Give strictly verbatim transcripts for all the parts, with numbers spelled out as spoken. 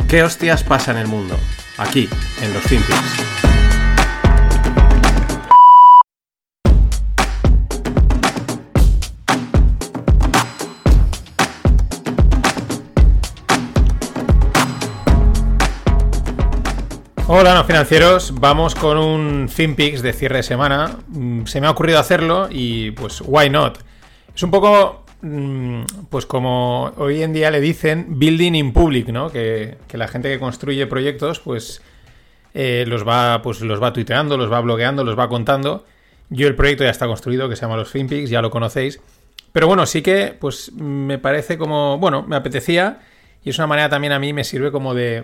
¿Qué hostias pasa en el mundo? Aquí, en los FinPix. Hola, no financieros, vamos con un FinPix de cierre de semana. Se me ha ocurrido hacerlo y pues why not. Es un poco pues como hoy en día le dicen building in public, ¿no? Que, que la gente que construye proyectos pues, eh, los va pues los va tuiteando, los va blogueando, los va contando. Yo el proyecto ya está construido, que se llama los FinPix, ya lo conocéis. Pero bueno, sí que pues me parece como, bueno, me apetecía y es una manera también a mí me sirve como de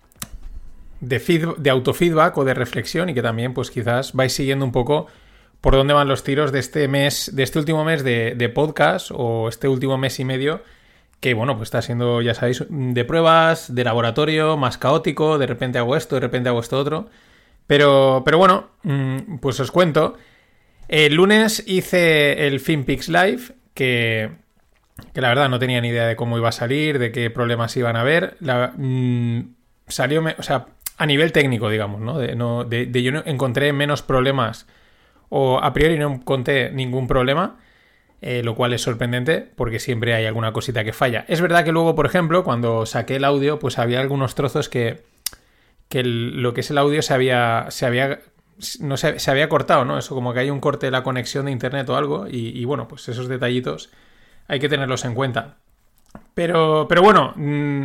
de, feed, de autofeedback o de reflexión y que también pues quizás vais siguiendo un poco por dónde van los tiros de este mes, de este último mes de, de podcast o este último mes y medio que, bueno, pues está siendo, ya sabéis, de pruebas, de laboratorio, más caótico, de repente hago esto, de repente hago esto otro. Pero, pero bueno, pues os cuento. El lunes hice el FinPix Live, que, que la verdad no tenía ni idea de cómo iba a salir, de qué problemas iban a haber. La, mmm, salió, o sea, a nivel técnico, digamos, ¿no? De, no, de, de yo no encontré menos problemas o a priori no encontré ningún problema, eh, lo cual es sorprendente porque siempre hay alguna cosita que falla. Es verdad que luego, por ejemplo, cuando saqué el audio, pues había algunos trozos que, que el, lo que es el audio se había, se había, no se, se había cortado, ¿no? Eso como que hay un corte de la conexión de internet o algo y, y bueno, pues esos detallitos hay que tenerlos en cuenta. Pero, pero bueno, mmm,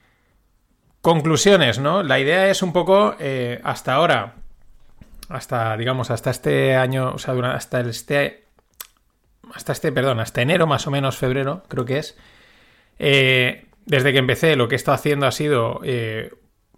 conclusiones, ¿no? La idea es un poco, eh, hasta ahora, hasta, digamos, hasta este año, o sea, durante, hasta este, hasta este, perdón, hasta enero, más o menos, febrero, creo que es, eh, desde que empecé, lo que he estado haciendo ha sido eh,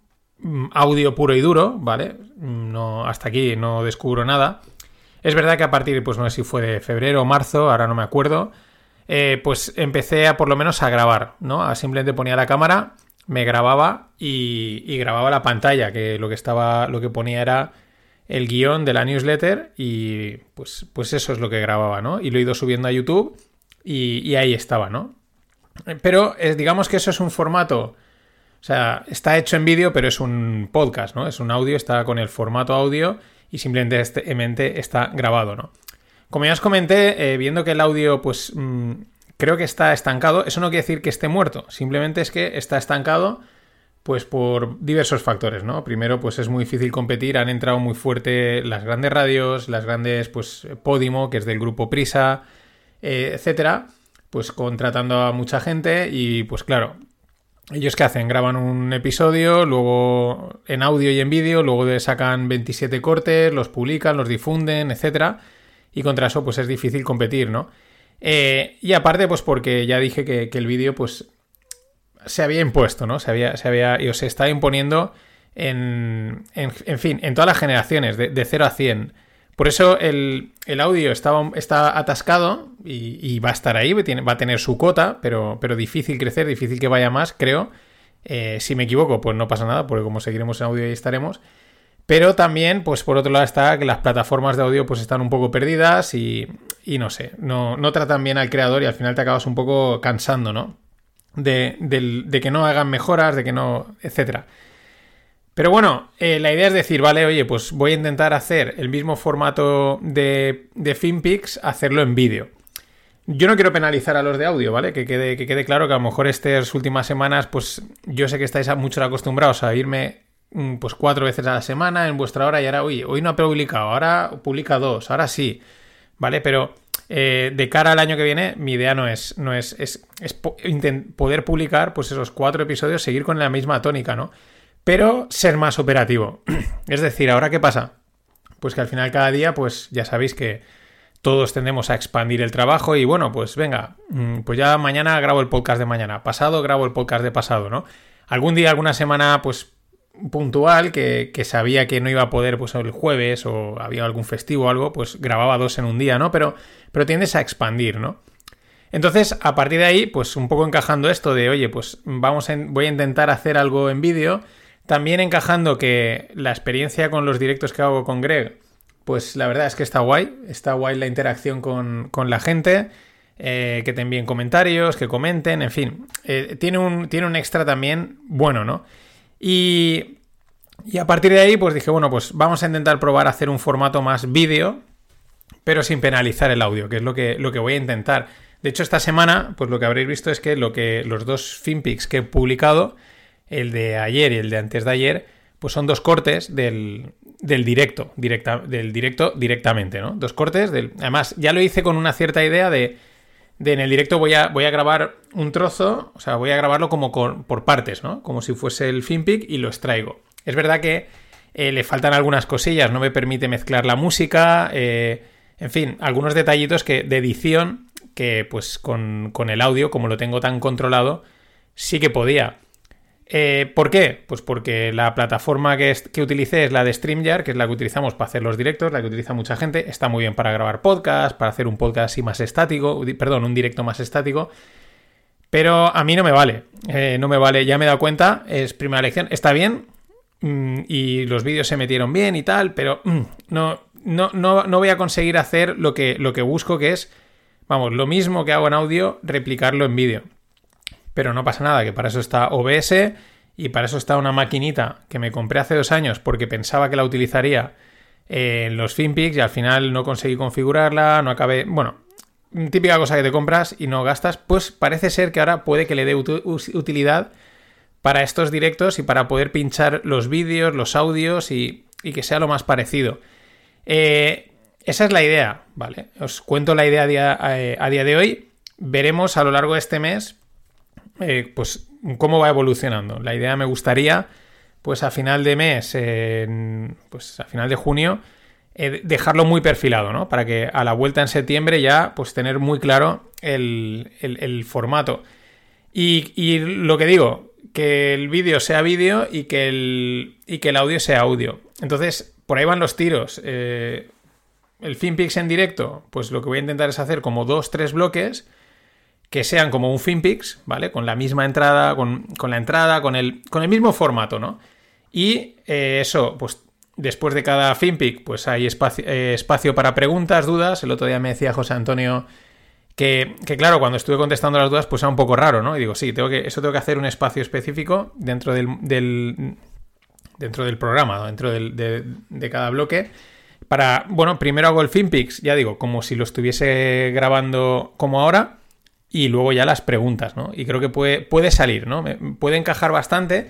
audio puro y duro, ¿vale? No, hasta aquí no descubro nada. Es verdad que a partir, pues no sé si fue de febrero o marzo, ahora no me acuerdo, eh, pues empecé a por lo menos a grabar, ¿no? A simplemente ponía la cámara, me grababa y, y grababa la pantalla, que lo que estaba, lo que ponía era el guión de la newsletter y pues, pues eso es lo que grababa, ¿no? Y lo he ido subiendo a YouTube y, y ahí estaba, ¿no? Pero es, digamos que eso es un formato, o sea, está hecho en vídeo, pero es un podcast, ¿no? Es un audio, está con el formato audio y simplemente está grabado, ¿no? Como ya os comenté, eh, viendo que el audio, pues mmm, creo que está estancado, eso no quiere decir que esté muerto, simplemente es que está estancado pues por diversos factores, ¿no? Primero, pues es muy difícil competir, han entrado muy fuerte las grandes radios, las grandes, pues Podimo, que es del grupo Prisa, eh, etcétera, pues contratando a mucha gente y pues claro, ellos ¿qué hacen? Graban un episodio, luego en audio y en vídeo, luego sacan veintisiete cortes, los publican, los difunden, etcétera, y contra eso pues es difícil competir, ¿no? Eh, y aparte, pues porque ya dije que, que el vídeo, pues se había impuesto, ¿no? Se había, se había, y se está imponiendo en, en, en fin, en todas las generaciones, de, de cero a cien. Por eso el, el audio está, está atascado y, y va a estar ahí, va a tener su cota, pero, pero difícil crecer, difícil que vaya más, creo. Eh, si me equivoco, pues no pasa nada, porque como seguiremos en audio ahí estaremos. Pero también, pues por otro lado está que las plataformas de audio pues están un poco perdidas y, y no sé, no, no tratan bien al creador y al final te acabas un poco cansando, ¿no? De, de, de que no hagan mejoras, de que no, etcétera. Pero bueno, eh, la idea es decir, vale, oye, pues voy a intentar hacer el mismo formato de, de FinPix, hacerlo en vídeo. Yo no quiero penalizar a los de audio, ¿vale? Que quede, que quede claro que a lo mejor estas últimas semanas, pues yo sé que estáis mucho acostumbrados a irme pues cuatro veces a la semana en vuestra hora y ahora, oye, hoy no ha publicado, ahora publica dos, ahora sí, ¿vale? Pero Eh, de cara al año que viene, mi idea no es, no es, es, es po- intent- poder publicar pues esos cuatro episodios, seguir con la misma tónica, ¿no? Pero ser más operativo. Es decir, ¿ahora qué pasa? Pues que al final cada día, pues ya sabéis que todos tendemos a expandir el trabajo y bueno, pues venga, pues ya mañana grabo el podcast de mañana, pasado grabo el podcast de pasado, ¿no? Algún día, alguna semana, pues puntual que, que sabía que no iba a poder pues el jueves o había algún festivo o algo, pues grababa dos en un día, ¿no? Pero, pero tiendes a expandir, ¿no? Entonces, a partir de ahí, pues un poco encajando esto de, oye, pues vamos a, voy a intentar hacer algo en vídeo, también encajando que la experiencia con los directos que hago con Greg, pues la verdad es que está guay, está guay la interacción con, con la gente, eh, que te envíen comentarios, que comenten, en fin, eh, tiene un, tiene un extra también bueno, ¿no? Y, y a partir de ahí, pues dije, bueno, pues vamos a intentar probar a hacer un formato más vídeo, pero sin penalizar el audio, que es lo que, lo que voy a intentar. De hecho, esta semana, pues lo que habréis visto es que, lo que los dos FinPix que he publicado, el de ayer y el de antes de ayer, pues son dos cortes del, del directo, directa, del directo directamente, ¿no? Dos cortes del... Además, ya lo hice con una cierta idea de, de en el directo voy a, voy a grabar un trozo, o sea, voy a grabarlo como con, por partes, ¿no? Como si fuese el FinPix y lo extraigo. Es verdad que eh, le faltan algunas cosillas, no me permite mezclar la música, eh, en fin, algunos detallitos que, de edición que pues con, con el audio, como lo tengo tan controlado, sí que podía. Eh, ¿Por qué? Pues porque la plataforma que, es, que utilicé es la de StreamYard, que es la que utilizamos para hacer los directos, la que utiliza mucha gente. Está muy bien para grabar podcast, para hacer un podcast así más estático, perdón, un directo más estático. Pero a mí no me vale, eh, no me vale, ya me he dado cuenta, es primera lección, está bien mmm, y los vídeos se metieron bien y tal, pero mmm, no, no, no, no voy a conseguir hacer lo que, lo que busco, que es, vamos, lo mismo que hago en audio, replicarlo en vídeo. Pero no pasa nada, que para eso está O B S y para eso está una maquinita que me compré hace dos años porque pensaba que la utilizaría en los FinPix y al final no conseguí configurarla, no acabé... Bueno, típica cosa que te compras y no gastas, pues parece ser que ahora puede que le dé ut- utilidad para estos directos y para poder pinchar los vídeos, los audios y, y que sea lo más parecido. Eh... Esa es la idea, ¿vale? Os cuento la idea a día, a, a día de hoy. Veremos a lo largo de este mes eh, pues cómo va evolucionando. La idea me gustaría, pues a final de mes, eh, pues a final de junio, eh, dejarlo muy perfilado, ¿no? Para que a la vuelta en septiembre ya pues tener muy claro el, el, el formato. Y, y lo que digo, que el vídeo sea vídeo y que el, y que el audio sea audio. Entonces, por ahí van los tiros. Eh, El FinPix en directo, pues lo que voy a intentar es hacer como dos, tres bloques que sean como un FinPix, ¿vale? Con la misma entrada, con, con la entrada, con el, con el mismo formato, ¿no? Y eh, eso, pues después de cada FinPix, pues hay espacio, eh, espacio para preguntas, dudas. El otro día me decía José Antonio que, que, claro, cuando estuve contestando las dudas, pues era un poco raro, ¿no? Y digo, sí, tengo que, eso tengo que hacer un espacio específico dentro del, del, dentro del programa, ¿no? Dentro del, de, de cada bloque. Para, bueno, primero hago el FinPix, ya digo, como si lo estuviese grabando como ahora, y luego ya las preguntas, ¿no? Y creo que puede, puede salir, ¿no? Puede encajar bastante.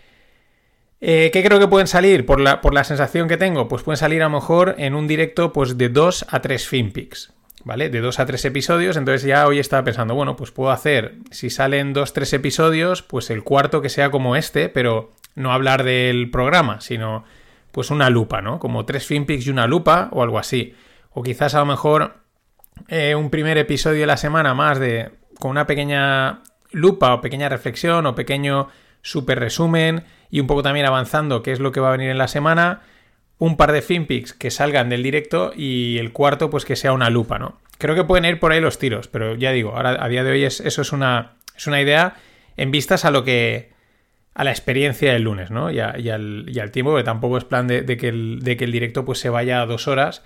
Eh, ¿Qué creo que pueden salir? Por la, por la sensación que tengo, pues pueden salir a lo mejor en un directo pues de dos a tres FinPix, ¿vale? De dos a tres episodios, entonces ya hoy estaba pensando, bueno, pues puedo hacer, si salen dos, tres episodios, pues el cuarto que sea como este, pero no hablar del programa, sino... pues una lupa, ¿no? Como tres FinPix y una lupa o algo así. O quizás a lo mejor eh, un primer episodio de la semana más de con una pequeña lupa o pequeña reflexión o pequeño super resumen y un poco también avanzando qué es lo que va a venir en la semana. Un par de FinPix que salgan del directo y el cuarto pues que sea una lupa, ¿no? Creo que pueden ir por ahí los tiros, pero ya digo, ahora a día de hoy es, eso es una, es una idea en vistas a lo que... a la experiencia del lunes, ¿no? Y, a, y, al, y al tiempo, que tampoco es plan de, de, que, el, de que el directo pues se vaya a dos horas.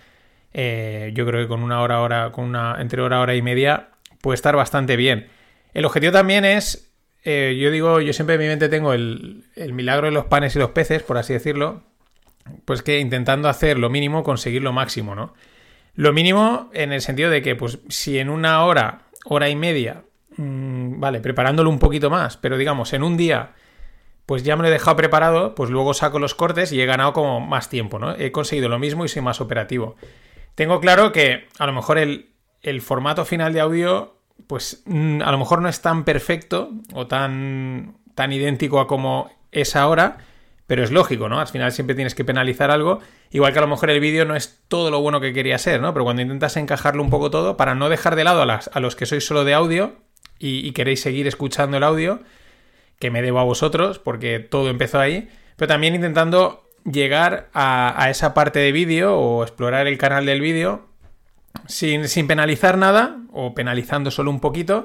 Eh, yo creo que con una hora, hora, con una entre hora, hora y media puede estar bastante bien. El objetivo también es, eh, yo digo, yo siempre en mi mente tengo el, el milagro de los panes y los peces, por así decirlo, pues que intentando hacer lo mínimo, conseguir lo máximo, ¿no? Lo mínimo en el sentido de que, pues, si en una hora, hora y media, mmm, vale, preparándolo un poquito más, pero digamos, en un día... pues ya me lo he dejado preparado, pues luego saco los cortes y he ganado como más tiempo, ¿no? He conseguido lo mismo y soy más operativo. Tengo claro que a lo mejor el, el formato final de audio, pues a lo mejor no es tan perfecto o tan, tan idéntico a como es ahora, pero es lógico, ¿no? Al final siempre tienes que penalizar algo, igual que a lo mejor el vídeo no es todo lo bueno que quería ser, ¿no? Pero cuando intentas encajarlo un poco todo, para no dejar de lado a, las, a los que sois solo de audio y, y queréis seguir escuchando el audio, que me debo a vosotros, porque todo empezó ahí, pero también intentando llegar a, a esa parte de vídeo o explorar el canal del vídeo sin, sin penalizar nada o penalizando solo un poquito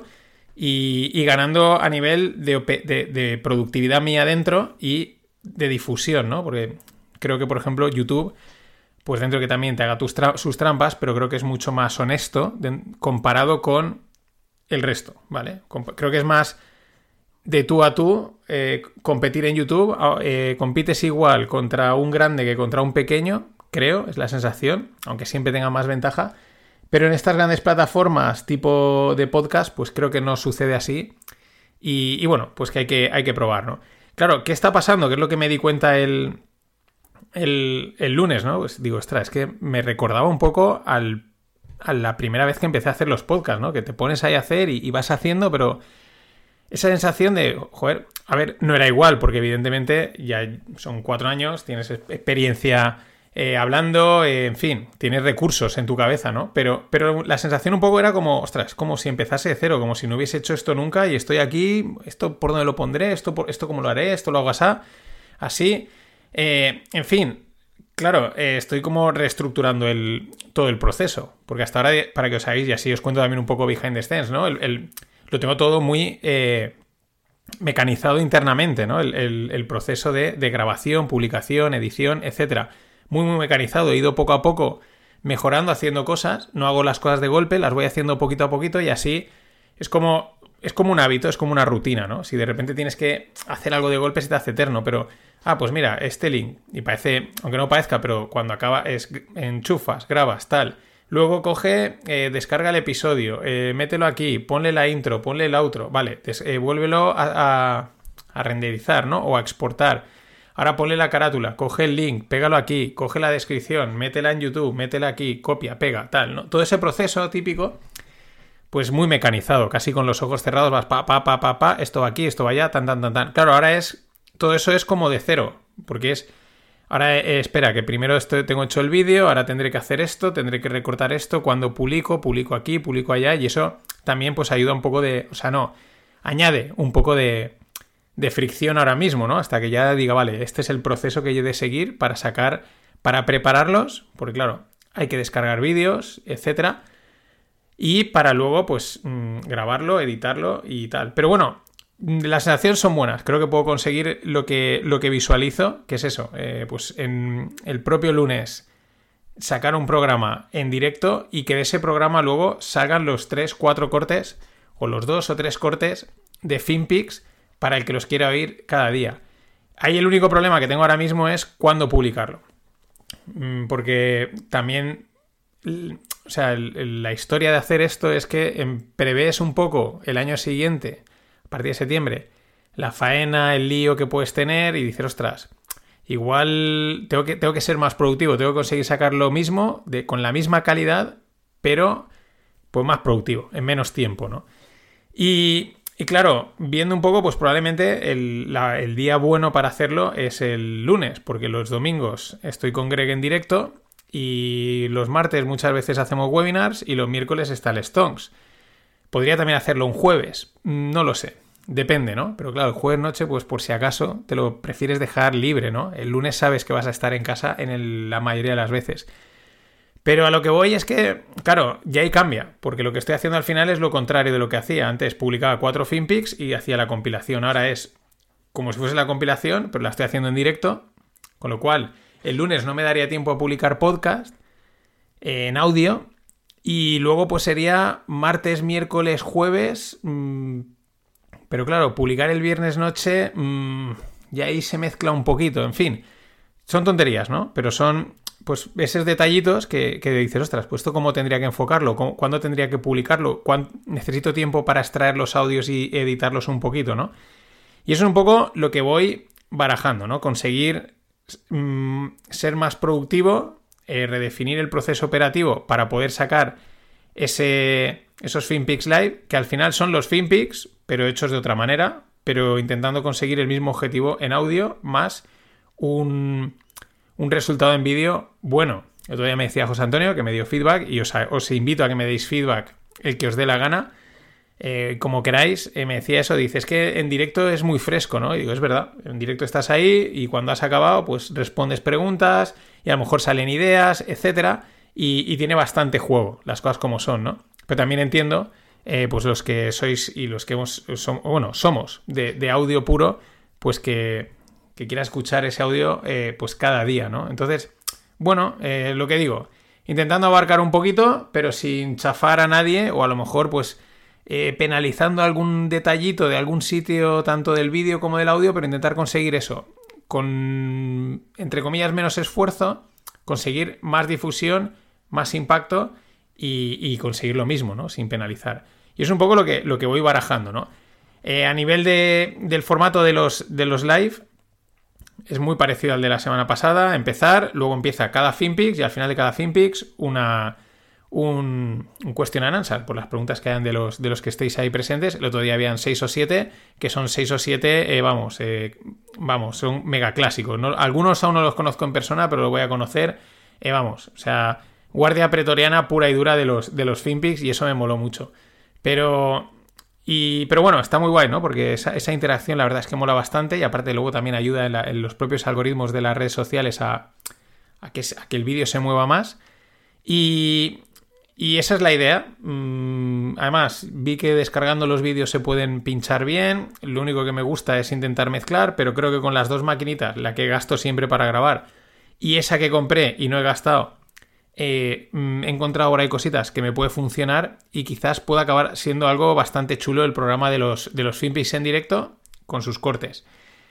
y, y ganando a nivel de, de, de productividad mía dentro y de difusión, ¿no? Porque creo que, por ejemplo, YouTube, pues dentro que también te haga tus tra- sus trampas, pero creo que es mucho más honesto de, comparado con el resto, ¿vale? Creo que es más... de tú a tú, eh, competir en YouTube, eh, compites igual contra un grande que contra un pequeño, creo, es la sensación, aunque siempre tenga más ventaja, pero en estas grandes plataformas tipo de podcast, pues creo que no sucede así y, y bueno, pues que hay que, hay que probar, ¿no? Claro, ¿qué está pasando? ¿Qué es lo que me di cuenta el, el, el lunes, ¿no? Pues digo, ostras, es que me recordaba un poco al, a la primera vez que empecé a hacer los podcasts, ¿no? Que te pones ahí a hacer y, y vas haciendo, pero esa sensación de, joder, a ver, no era igual, porque evidentemente ya son cuatro años, tienes experiencia eh, hablando, eh, en fin, tienes recursos en tu cabeza, ¿no? Pero, pero la sensación un poco era como, ostras, como si empezase de cero, como si no hubiese hecho esto nunca y estoy aquí, esto por dónde lo pondré, esto, por, esto cómo lo haré, esto lo hago así, así, eh, en fin. Claro, eh, estoy como reestructurando el, todo el proceso, porque hasta ahora, para que os hagáis, y así os cuento también un poco behind the scenes, ¿no? El, el, lo tengo todo muy eh, mecanizado internamente, ¿no? El, el, el proceso de, de grabación, publicación, edición, etcétera. Muy, muy mecanizado. He ido poco a poco mejorando, haciendo cosas. No hago las cosas de golpe, las voy haciendo poquito a poquito y así es como, es como un hábito, es como una rutina, ¿no? Si de repente tienes que hacer algo de golpe se te hace eterno, pero... Ah, pues mira, este link, y parece, aunque no parezca, pero cuando acaba es enchufas, grabas, tal. Luego coge, eh, descarga el episodio, eh, mételo aquí, ponle la intro, ponle el outro, vale, des, eh, vuélvelo a, a, a renderizar, ¿no? O a exportar. Ahora ponle la carátula, coge el link, pégalo aquí, coge la descripción, métela en YouTube, métela aquí, copia, pega, tal, ¿no? Todo ese proceso típico, pues muy mecanizado, casi con los ojos cerrados, vas pa, pa, pa, pa, pa, esto va aquí, esto va allá, tan, tan, tan, tan. Claro, ahora es... Todo eso es como de cero, porque es... Ahora, eh, espera, que primero esto, tengo hecho el vídeo, ahora tendré que hacer esto, tendré que recortar esto, cuando publico, publico aquí, publico allá, y eso también pues ayuda un poco de... O sea, no, añade un poco de, de fricción ahora mismo, ¿no? Hasta que ya diga, vale, este es el proceso que yo he de seguir para sacar, para prepararlos, porque claro, hay que descargar vídeos, etcétera, y para luego, pues, mmm, grabarlo, editarlo y tal. Pero bueno... Las sensaciones son buenas, creo que puedo conseguir lo que, lo que visualizo, que es eso, eh, pues en el propio lunes sacar un programa en directo y que de ese programa luego salgan los tres, cuatro cortes o los dos o tres cortes de FinPix para el que los quiera oír cada día. Ahí el único problema que tengo ahora mismo es cuándo publicarlo, porque también, o sea, el, el, la historia de hacer esto es que en, prevés un poco el año siguiente, a partir de septiembre, la faena, el lío que puedes tener y dices, ostras, igual tengo que, tengo que ser más productivo, tengo que conseguir sacar lo mismo, de, con la misma calidad, pero pues más productivo, en menos tiempo, ¿no? Y, y claro, viendo un poco, pues probablemente el, la, el día bueno para hacerlo es el lunes, porque los domingos estoy con Greg en directo y los martes muchas veces hacemos webinars y los miércoles está el Stonks. Podría también hacerlo un jueves, no lo sé, depende, ¿no? Pero claro, el jueves noche, pues por si acaso, te lo prefieres dejar libre, ¿no? El lunes sabes que vas a estar en casa en el, la mayoría de las veces. Pero a lo que voy es que, claro, ya ahí cambia, porque lo que estoy haciendo al final es lo contrario de lo que hacía. Antes publicaba cuatro FinPix y hacía la compilación. Ahora es como si fuese la compilación, pero la estoy haciendo en directo, con lo cual el lunes no me daría tiempo a publicar podcast eh, en audio. Y luego pues sería martes, miércoles, jueves, mmm, pero claro, publicar el viernes noche, mmm, ya ahí se mezcla un poquito, en fin, son tonterías, ¿no? Pero son pues esos detallitos que, que dices, ostras, pues esto cómo tendría que enfocarlo, ¿Cómo, cuándo tendría que publicarlo, ¿Cuándo, necesito tiempo para extraer los audios y editarlos un poquito, ¿no? Y eso es un poco lo que voy barajando, ¿no? Conseguir mmm, ser más productivo, Eh, redefinir el proceso operativo para poder sacar ese, esos FinPix Live, que al final son los FinPix, pero hechos de otra manera, pero intentando conseguir el mismo objetivo en audio, más un, un resultado en vídeo bueno. El otro día me decía José Antonio que me dio feedback y os, os invito a que me deis feedback el que os dé la gana, eh, como queráis. Eh, me decía eso, dice, es que en directo es muy fresco, ¿no? Y digo, es verdad, en directo estás ahí y cuando has acabado pues respondes preguntas y a lo mejor salen ideas, etcétera, y, y tiene bastante juego, las cosas como son, ¿no? Pero también entiendo, eh, pues los que sois y los que hemos, som, bueno, somos de, de audio puro, pues que, que quiera escuchar ese audio eh, pues cada día, ¿no? Entonces, bueno, eh, lo que digo, intentando abarcar un poquito, pero sin chafar a nadie, o a lo mejor pues eh, penalizando algún detallito de algún sitio, tanto del vídeo como del audio, pero intentar conseguir eso, con, entre comillas, menos esfuerzo, conseguir más difusión, más impacto y, y conseguir lo mismo, ¿no? Sin penalizar. Y es un poco lo que, lo que voy barajando, ¿no? Eh, a nivel de, del formato de los, de los live, es muy parecido al de la semana pasada. Empezar, luego empieza cada FinPix y al final de cada FinPix una, un, un question and answer por las preguntas que hayan de los, de los que estéis ahí presentes. El otro día habían seis o siete, que son seis o siete, eh, vamos, eh, vamos, son mega clásicos, ¿no? Algunos aún no los conozco en persona, pero los voy a conocer, eh, vamos, o sea, guardia pretoriana pura y dura de los, de los FinPix y eso me moló mucho. Pero... Y, pero bueno, está muy guay, ¿no? Porque esa, esa interacción la verdad es que mola bastante y aparte luego también ayuda en, la, en los propios algoritmos de las redes sociales a, a, que, a que el vídeo se mueva más. Y, y esa es la idea. Además, vi que descargando los vídeos se pueden pinchar bien. Lo único que me gusta es intentar mezclar, pero creo que con las dos maquinitas, la que gasto siempre para grabar y esa que compré y no he gastado, Eh, he encontrado por ahí cositas que me puede funcionar y quizás pueda acabar siendo algo bastante chulo el programa de los, de los FinPix en directo con sus cortes.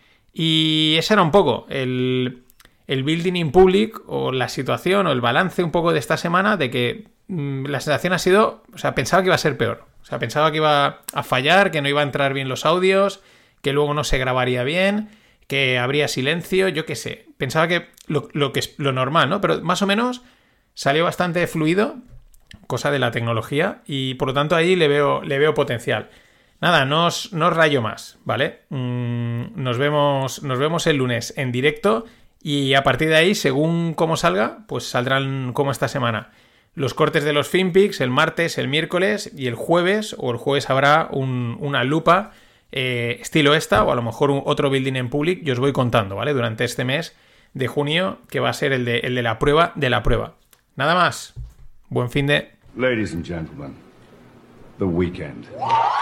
Y ese era un poco el, el building in public o la situación o el balance un poco de esta semana de que mmm, la sensación ha sido, o sea, pensaba que iba a ser peor. O sea, pensaba que iba a fallar, que no iba a entrar bien los audios, que luego no se grabaría bien, que habría silencio, yo qué sé. Pensaba que lo, lo que es lo normal, ¿no? Pero más o menos... salió bastante fluido, cosa de la tecnología, y por lo tanto ahí le veo, le veo potencial. Nada, no os, no os rayo más, ¿vale? Mm, nos vemos, nos vemos el lunes en directo y a partir de ahí, según cómo salga, pues saldrán como esta semana. Los cortes de los FinPix el martes, el miércoles y el jueves, o el jueves habrá un, una lupa eh, estilo esta, o a lo mejor un, otro building en public, y os voy contando, ¿vale? Durante este mes de junio, que va a ser el de, el de la prueba de la prueba. Nada más. Buen fin de... Ladies and gentlemen, the weekend.